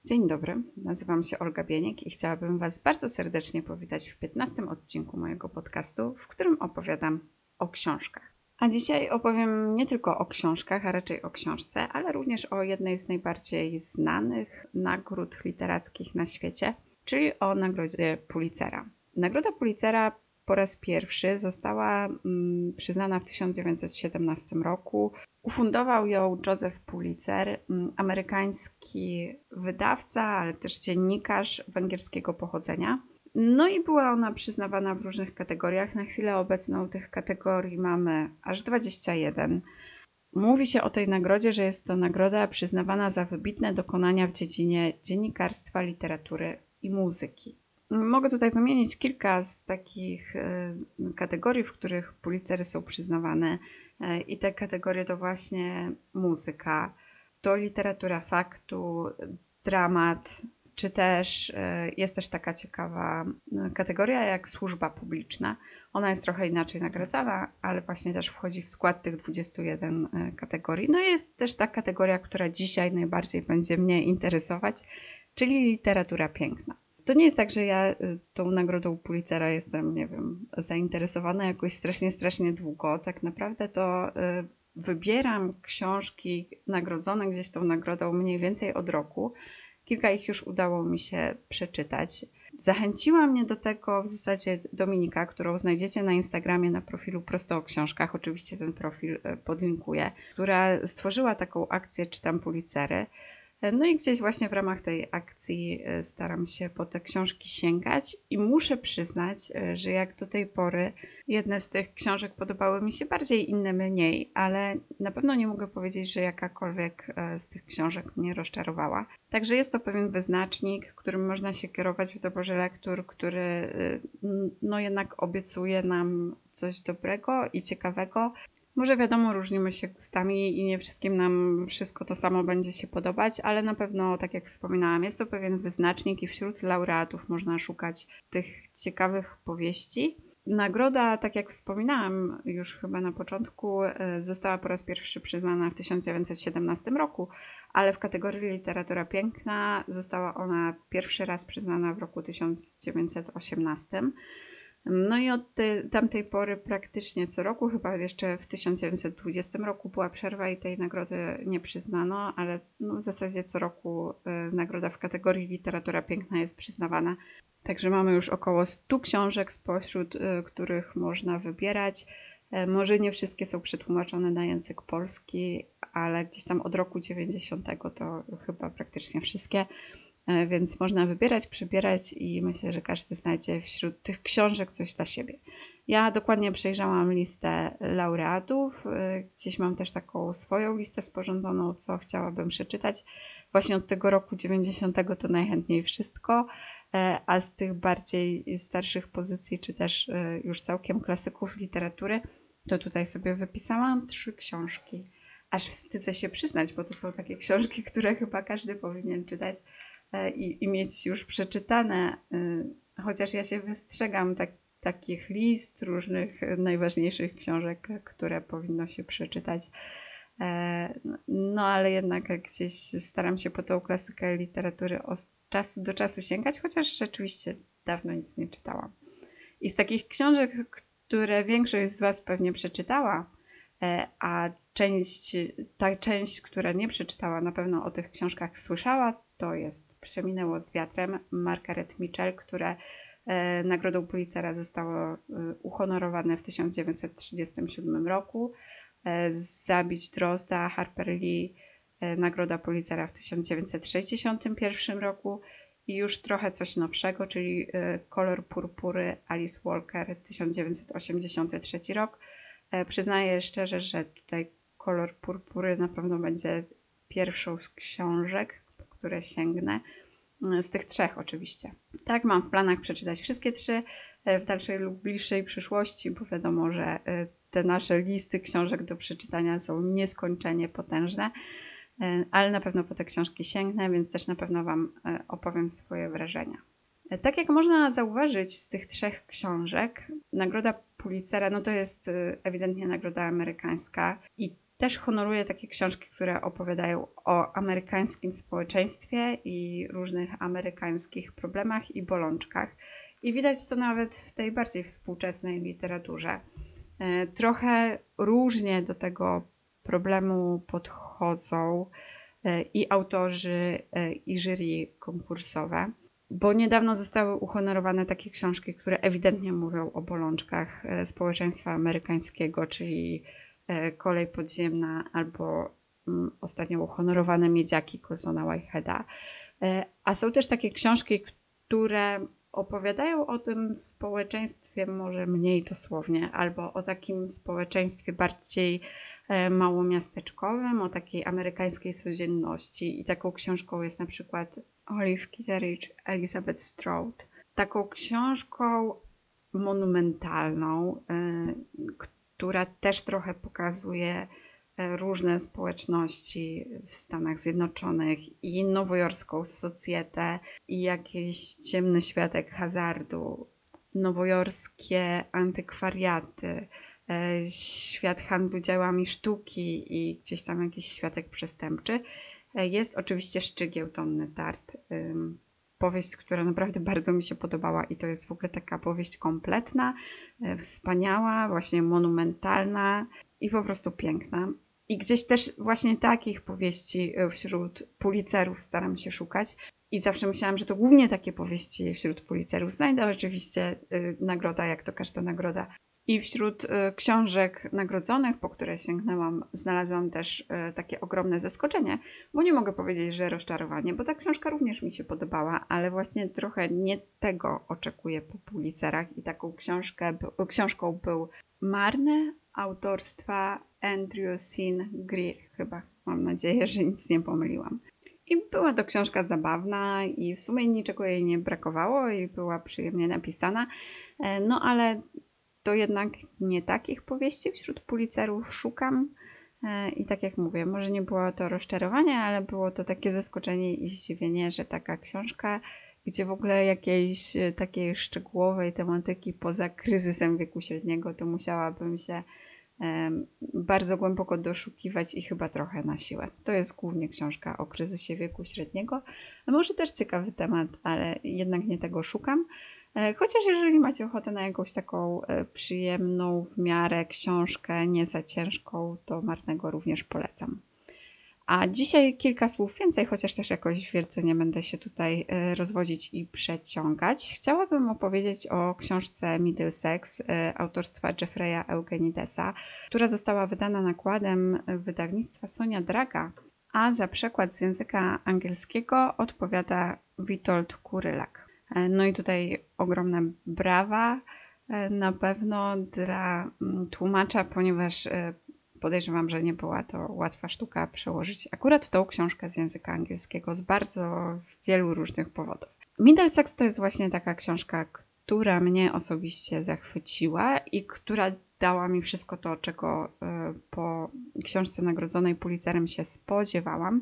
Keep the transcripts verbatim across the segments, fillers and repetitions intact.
Dzień dobry, nazywam się Olga Bieniek i chciałabym Was bardzo serdecznie powitać w piętnastym odcinku mojego podcastu, w którym opowiadam o książkach. A dzisiaj opowiem nie tylko o książkach, a raczej o książce, ale również o jednej z najbardziej znanych nagród literackich na świecie, czyli o nagrodzie Pulitzera. Nagroda Pulitzera po raz pierwszy została mm, przyznana w tysiąc dziewięćset siedemnastym roku. Ufundował ją Joseph Pulitzer, amerykański wydawca, ale też dziennikarz węgierskiego pochodzenia. No i była ona przyznawana w różnych kategoriach. Na chwilę obecną tych kategorii mamy aż dwadzieścia jeden. Mówi się o tej nagrodzie, że jest to nagroda przyznawana za wybitne dokonania w dziedzinie dziennikarstwa, literatury i muzyki. Mogę tutaj wymienić kilka z takich kategorii, w których Pulitzery są przyznawane. I te kategorie to właśnie muzyka, to literatura faktu, dramat, czy też jest też taka ciekawa kategoria jak służba publiczna. Ona jest trochę inaczej nagradzana, ale właśnie też wchodzi w skład tych dwudziestu jeden kategorii. No i jest też ta kategoria, która dzisiaj najbardziej będzie mnie interesować, czyli literatura piękna. To nie jest tak, że ja tą nagrodą Pulitzera jestem, nie wiem, zainteresowana jakoś strasznie, strasznie długo. Tak naprawdę to wybieram książki nagrodzone gdzieś tą nagrodą mniej więcej od roku. Kilka ich już udało mi się przeczytać. Zachęciła mnie do tego w zasadzie Dominika, którą znajdziecie na Instagramie na profilu Prosto o Książkach. Oczywiście ten profil podlinkuję, która stworzyła taką akcję Czytam Pulitzery. No i gdzieś właśnie w ramach tej akcji staram się po te książki sięgać i muszę przyznać, że jak do tej pory jedne z tych książek podobały mi się bardziej, inne mniej, ale na pewno nie mogę powiedzieć, że jakakolwiek z tych książek mnie rozczarowała. Także jest to pewien wyznacznik, którym można się kierować w doborze lektur, który no jednak obiecuje nam coś dobrego i ciekawego. Może wiadomo, różnimy się gustami i nie wszystkim nam wszystko to samo będzie się podobać, ale na pewno, tak jak wspominałam, jest to pewien wyznacznik i wśród laureatów można szukać tych ciekawych powieści. Nagroda, tak jak wspominałam już chyba na początku, została po raz pierwszy przyznana w tysiąc dziewięćset siedemnastym roku, ale w kategorii literatura piękna została ona pierwszy raz przyznana w roku tysiąc dziewięćset osiemnastym. No i od te, tamtej pory praktycznie co roku, chyba jeszcze w tysiąc dziewięćset dwudziestym roku była przerwa i tej nagrody nie przyznano, ale no w zasadzie co roku y, nagroda w kategorii literatura piękna jest przyznawana. Także mamy już około stu książek, spośród y, których można wybierać. Y, może nie wszystkie są przetłumaczone na język polski, ale gdzieś tam od roku dziewięćdziesiątego to chyba praktycznie wszystkie. Więc można wybierać, przybierać i myślę, że każdy znajdzie wśród tych książek coś dla siebie. Ja dokładnie przejrzałam listę laureatów. Gdzieś mam też taką swoją listę sporządzoną, co chciałabym przeczytać. Właśnie od tego roku dziewięćdziesiątego to najchętniej wszystko, a z tych bardziej starszych pozycji, czy też już całkiem klasyków literatury, to tutaj sobie wypisałam trzy książki. Aż wstydzę się przyznać, bo to są takie książki, które chyba każdy powinien czytać. I, i mieć już przeczytane, chociaż ja się wystrzegam tak, takich list różnych najważniejszych książek, które powinno się przeczytać. No ale jednak gdzieś staram się po tą klasykę literatury od czasu do czasu sięgać, chociaż rzeczywiście dawno nic nie czytałam. I z takich książek, które większość z Was pewnie przeczytała, a część, ta część, która nie przeczytała, na pewno o tych książkach słyszała, to jest Przeminęło z wiatrem Margaret Mitchell, które e, nagrodą Pulitzera zostało e, uhonorowane w tysiąc dziewięćset trzydziestym siódmym roku. E, Zabić Drozda Harper Lee, e, nagroda Pulitzera w tysiąc dziewięćset sześćdziesiątym pierwszym roku i już trochę coś nowszego, czyli e, Kolor purpury Alice Walker tysiąc dziewięćset osiemdziesiąty trzeci rok. E, przyznaję szczerze, że tutaj Kolor purpury na pewno będzie pierwszą z książek, które sięgnę, z tych trzech oczywiście. Tak, mam w planach przeczytać wszystkie trzy w dalszej lub bliższej przyszłości, bo wiadomo, że te nasze listy książek do przeczytania są nieskończenie potężne, ale na pewno po te książki sięgnę, więc też na pewno Wam opowiem swoje wrażenia. Tak jak można zauważyć z tych trzech książek, nagroda Pulitzera, no to jest ewidentnie nagroda amerykańska i też honoruję takie książki, które opowiadają o amerykańskim społeczeństwie i różnych amerykańskich problemach i bolączkach. I widać to nawet w tej bardziej współczesnej literaturze. Trochę różnie do tego problemu podchodzą i autorzy, i jury konkursowe, bo niedawno zostały uhonorowane takie książki, które ewidentnie mówią o bolączkach społeczeństwa amerykańskiego, czyli Kolej podziemna albo ostatnio uhonorowane Miedziaki Colsona Whiteheada. A są też takie książki, które opowiadają o tym społeczeństwie może mniej dosłownie, albo o takim społeczeństwie bardziej małomiasteczkowym, o takiej amerykańskiej codzienności. I taką książką jest na przykład Olive Kitteridge, Elizabeth Strout. Taką książką monumentalną, która też trochę pokazuje różne społeczności w Stanach Zjednoczonych i nowojorską socjetę i jakiś ciemny światek hazardu, nowojorskie antykwariaty, świat handlu dziełami sztuki i gdzieś tam jakiś światek przestępczy. Jest oczywiście Szczygieł Donny Tartt. Powieść, która naprawdę bardzo mi się podobała i to jest w ogóle taka powieść kompletna, wspaniała, właśnie monumentalna i po prostu piękna. I gdzieś też właśnie takich powieści wśród Pulitzerów staram się szukać i zawsze myślałam, że to głównie takie powieści wśród Pulitzerów znajdę. Oczywiście yy, nagroda, jak to każda nagroda. I wśród y, książek nagrodzonych, po które sięgnęłam, znalazłam też y, takie ogromne zaskoczenie, bo nie mogę powiedzieć, że rozczarowanie, bo ta książka również mi się podobała, ale właśnie trochę nie tego oczekuję po Pulitzerach i taką książkę, by, książką był Marne autorstwa Andrew Sean Greer, chyba. Mam nadzieję, że nic nie pomyliłam. I była to książka zabawna i w sumie niczego jej nie brakowało i była przyjemnie napisana, no ale to jednak nie takich powieści wśród Pulitzerów szukam i tak jak mówię, może nie było to rozczarowanie, ale było to takie zaskoczenie i zdziwienie, że taka książka, gdzie w ogóle jakiejś takiej szczegółowej tematyki poza kryzysem wieku średniego, to musiałabym się bardzo głęboko doszukiwać i chyba trochę na siłę. To jest głównie książka o kryzysie wieku średniego. Może też ciekawy temat, ale jednak nie tego szukam. Chociaż jeżeli macie ochotę na jakąś taką przyjemną w miarę książkę, nie za ciężką, to Marnego również polecam. A dzisiaj kilka słów więcej, chociaż też jakoś wielce nie będę się tutaj rozwodzić i przeciągać. Chciałabym opowiedzieć o książce Middlesex autorstwa Jeffrey'a Eugenidesa, która została wydana nakładem wydawnictwa Sonia Draga, a za przekład z języka angielskiego odpowiada Witold Kurylak. No i tutaj ogromne brawa na pewno dla tłumacza, ponieważ podejrzewam, że nie była to łatwa sztuka przełożyć akurat tą książkę z języka angielskiego z bardzo wielu różnych powodów. Middlesex to jest właśnie taka książka, która mnie osobiście zachwyciła i która dała mi wszystko to, czego po książce nagrodzonej Pulitzerem się spodziewałam.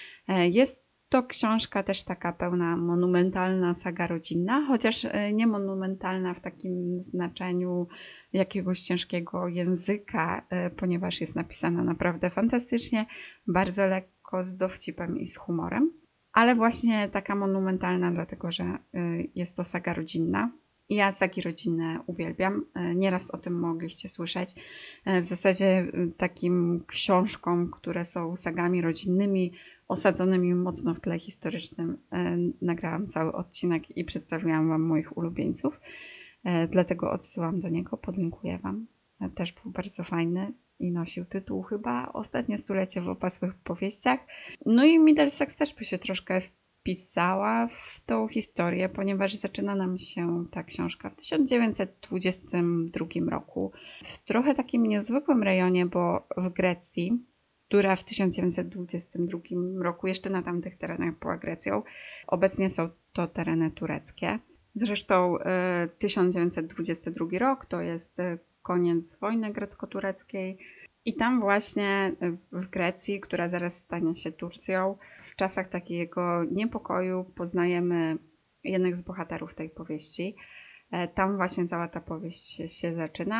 Jest to książka też taka pełna monumentalna saga rodzinna, chociaż nie monumentalna w takim znaczeniu jakiegoś ciężkiego języka, ponieważ jest napisana naprawdę fantastycznie, bardzo lekko, z dowcipem i z humorem, ale właśnie taka monumentalna, dlatego że jest to saga rodzinna. Ja sagi rodzinne uwielbiam, nieraz o tym mogliście słyszeć. W zasadzie takim książkom, które są sagami rodzinnymi, osadzonymi mocno w tle historycznym, nagrałam cały odcinek i przedstawiłam Wam moich ulubieńców. Dlatego odsyłam do niego, podlinkuję Wam. Też był bardzo fajny i nosił tytuł chyba Ostatnie stulecie w opasłych powieściach. No i Middlesex też by się troszkę wpisała w tą historię, ponieważ zaczyna nam się ta książka w tysiąc dziewięćset dwudziestym drugim roku. W trochę takim niezwykłym rejonie, bo w Grecji, która w tysiąc dziewięćset dwudziestym drugim roku jeszcze na tamtych terenach była Grecją. Obecnie są to tereny tureckie. Zresztą tysiąc dziewięćset dwudziesty drugi rok to jest koniec wojny grecko-tureckiej i tam właśnie w Grecji, która zaraz stanie się Turcją, w czasach takiego niepokoju poznajemy jednych z bohaterów tej powieści. Tam właśnie cała ta powieść się zaczyna.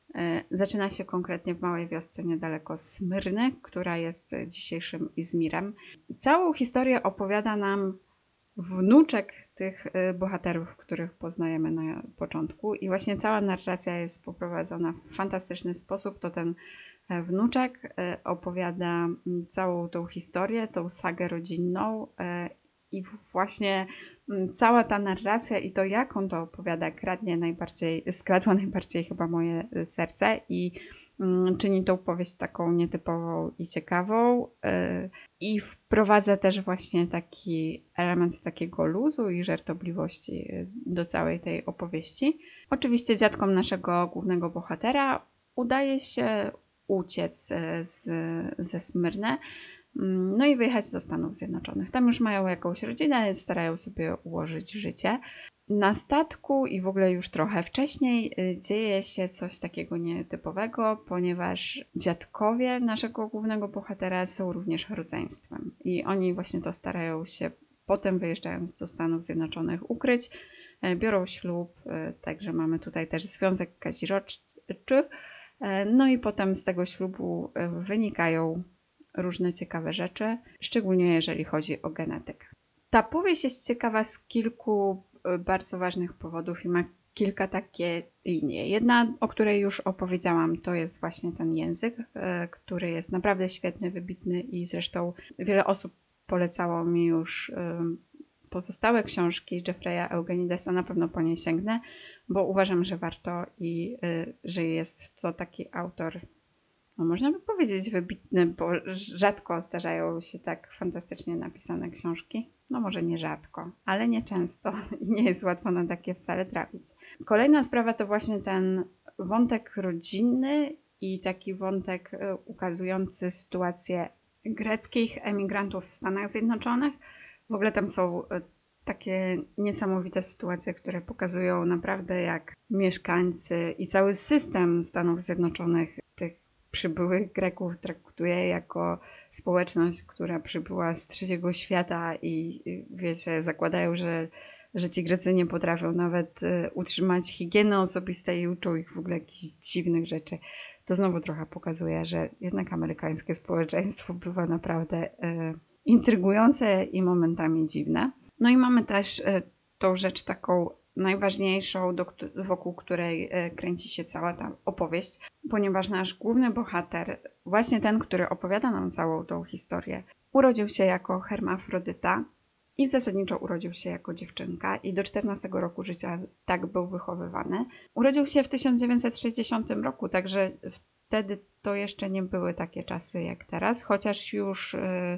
Zaczyna się konkretnie w małej wiosce niedaleko Smyrny, która jest dzisiejszym Izmirem. Całą historię opowiada nam wnuczek tych bohaterów, których poznajemy na początku i właśnie cała narracja jest poprowadzona w fantastyczny sposób. To ten wnuczek opowiada całą tą historię, tą sagę rodzinną i właśnie cała ta narracja i to, jak on to opowiada, kradnie najbardziej, skradła najbardziej chyba moje serce i czyni tą powieść taką nietypową i ciekawą i wprowadza też właśnie taki element takiego luzu i żartobliwości do całej tej opowieści. Oczywiście dziadkom naszego głównego bohatera udaje się uciec z, ze Smyrny, no i wyjechać do Stanów Zjednoczonych. Tam już mają jakąś rodzinę, starają sobie ułożyć życie. Na statku i w ogóle już trochę wcześniej dzieje się coś takiego nietypowego, ponieważ dziadkowie naszego głównego bohatera są również rodzeństwem. I oni właśnie to starają się potem, wyjeżdżając do Stanów Zjednoczonych, ukryć. Biorą ślub, także mamy tutaj też związek kaziroczny. No i potem z tego ślubu wynikają różne ciekawe rzeczy, szczególnie jeżeli chodzi o genetykę. Ta powieść jest ciekawa z kilku bardzo ważnych powodów i ma kilka takie linie. Jedna, o której już opowiedziałam, to jest właśnie ten język, który jest naprawdę świetny, wybitny i zresztą wiele osób polecało mi już pozostałe książki Jeffrey'a Eugenidesa, na pewno po nie sięgnę, bo uważam, że warto i że jest to taki autor, no można by powiedzieć wybitny, bo rzadko zdarzają się tak fantastycznie napisane książki. No może nie rzadko, ale nie często i nie jest łatwo na takie wcale trafić. Kolejna sprawa to właśnie ten wątek rodzinny i taki wątek ukazujący sytuację greckich emigrantów w Stanach Zjednoczonych. W ogóle tam są takie niesamowite sytuacje, które pokazują naprawdę, jak mieszkańcy i cały system Stanów Zjednoczonych tych przybyłych Greków traktuje jako społeczność, która przybyła z trzeciego świata i wiecie, zakładają, że, że ci Grecy nie potrafią nawet utrzymać higieny osobistej i uczą ich w ogóle jakichś dziwnych rzeczy. To znowu trochę pokazuje, że jednak amerykańskie społeczeństwo bywa naprawdę e, intrygujące i momentami dziwne. No i mamy też e, tą rzecz taką najważniejszą, do, wokół której kręci się cała ta opowieść, ponieważ nasz główny bohater, właśnie ten, który opowiada nam całą tą historię, urodził się jako hermafrodyta i zasadniczo urodził się jako dziewczynka i do czternastego roku życia tak był wychowywany. Urodził się w tysiąc dziewięćset sześćdziesiątym roku, także wtedy to jeszcze nie były takie czasy jak teraz, chociaż już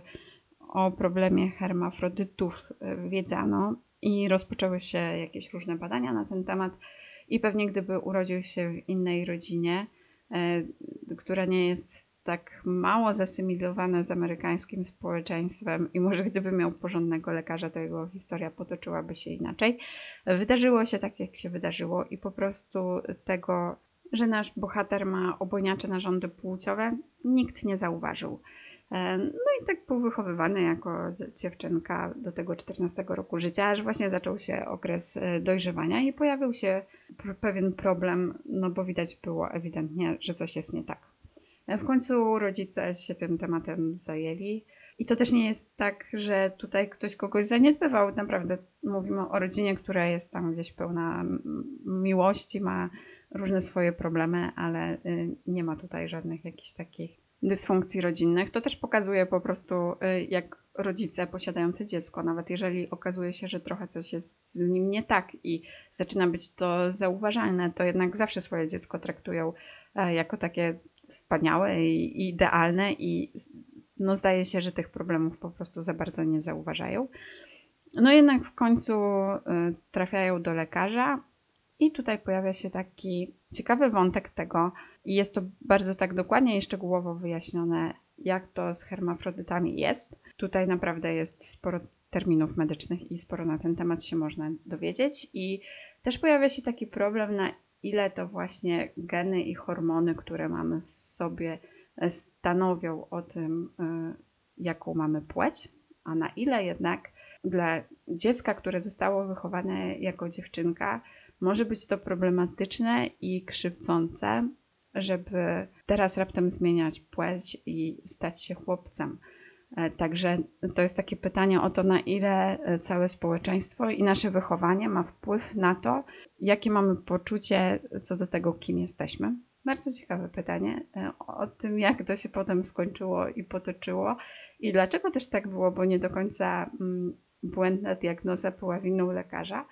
o problemie hermafrodytów wiedziano i rozpoczęły się jakieś różne badania na ten temat i pewnie gdyby urodził się w innej rodzinie, która nie jest tak mało zasymilowana z amerykańskim społeczeństwem i może gdyby miał porządnego lekarza, to jego historia potoczyłaby się inaczej. Wydarzyło się tak, jak się wydarzyło i po prostu tego, że nasz bohater ma obojniacze narządy płciowe, nikt nie zauważył. No i tak był wychowywany jako dziewczynka do tego czternastego roku życia, aż właśnie zaczął się okres dojrzewania i pojawił się pewien problem, no bo widać było ewidentnie, że coś jest nie tak. W końcu rodzice się tym tematem zajęli i to też nie jest tak, że tutaj ktoś kogoś zaniedbywał. Naprawdę mówimy o rodzinie, która jest tam gdzieś pełna miłości, ma różne swoje problemy, ale nie ma tutaj żadnych jakichś takich dysfunkcji rodzinnych. To też pokazuje po prostu, jak rodzice posiadający dziecko, nawet jeżeli okazuje się, że trochę coś jest z nim nie tak i zaczyna być to zauważalne, to jednak zawsze swoje dziecko traktują jako takie wspaniałe i idealne i no zdaje się, że tych problemów po prostu za bardzo nie zauważają. No jednak w końcu trafiają do lekarza i tutaj pojawia się taki ciekawy wątek tego i jest to bardzo tak dokładnie i szczegółowo wyjaśnione, jak to z hermafrodytami jest. Tutaj naprawdę jest sporo terminów medycznych i sporo na ten temat się można dowiedzieć i też pojawia się taki problem, na ile to właśnie geny i hormony, które mamy w sobie, stanowią o tym, jaką mamy płeć, a na ile jednak dla dziecka, które zostało wychowane jako dziewczynka, może być to problematyczne i krzywdzące, żeby teraz raptem zmieniać płeć i stać się chłopcem. Także to jest takie pytanie o to, na ile całe społeczeństwo i nasze wychowanie ma wpływ na to, jakie mamy poczucie co do tego, kim jesteśmy. Bardzo ciekawe pytanie o tym, jak to się potem skończyło i potoczyło i dlaczego też tak było, bo nie do końca błędna diagnoza była winą lekarza.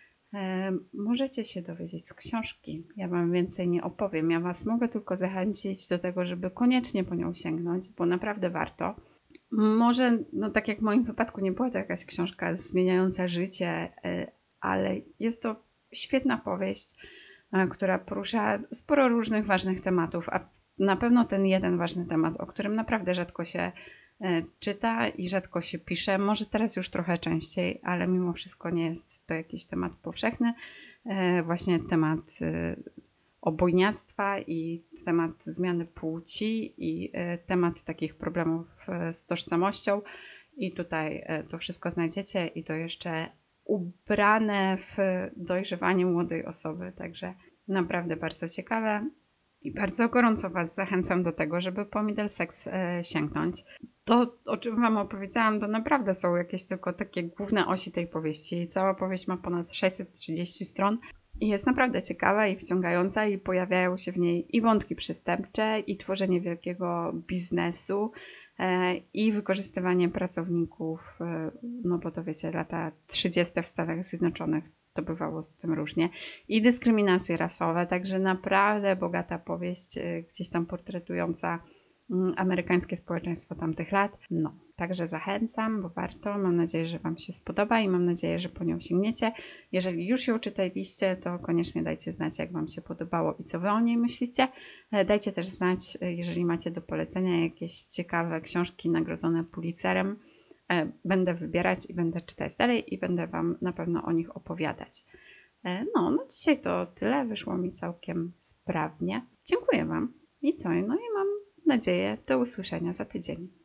Możecie się dowiedzieć z książki. Ja wam więcej nie opowiem. Ja was mogę tylko zachęcić do tego, żeby koniecznie po nią sięgnąć, bo naprawdę warto. Może, no tak jak w moim wypadku, nie była to jakaś książka zmieniająca życie, ale jest to świetna powieść, która porusza sporo różnych ważnych tematów, a na pewno ten jeden ważny temat, o którym naprawdę rzadko się czyta i rzadko się pisze, może teraz już trochę częściej, ale mimo wszystko nie jest to jakiś temat powszechny. Właśnie temat obojniactwa i temat zmiany płci i temat takich problemów z tożsamością. I tutaj to wszystko znajdziecie i to jeszcze ubrane w dojrzewanie młodej osoby, także naprawdę bardzo ciekawe i bardzo gorąco was zachęcam do tego, żeby po Middlesex sięgnąć. To, o czym wam opowiedziałam, to naprawdę są jakieś tylko takie główne osi tej powieści. Cała powieść ma ponad sześćset trzydzieści stron i jest naprawdę ciekawa i wciągająca i pojawiają się w niej i wątki przestępcze, i tworzenie wielkiego biznesu, i wykorzystywanie pracowników, no bo to wiecie, lata trzydzieste w Stanach Zjednoczonych to bywało z tym różnie, i dyskryminacje rasowe, także naprawdę bogata powieść, gdzieś tam portretująca amerykańskie społeczeństwo tamtych lat. No, także zachęcam, bo warto. Mam nadzieję, że wam się spodoba i mam nadzieję, że po nią sięgniecie. Jeżeli już ją czytaliście, to koniecznie dajcie znać, jak wam się podobało i co wy o niej myślicie. Dajcie też znać, jeżeli macie do polecenia jakieś ciekawe książki nagrodzone Pulitzerem. Będę wybierać i będę czytać dalej i będę wam na pewno o nich opowiadać. No, no dzisiaj to tyle. Wyszło mi całkiem sprawnie. Dziękuję wam. I co? No i mam nadzieję do usłyszenia za tydzień.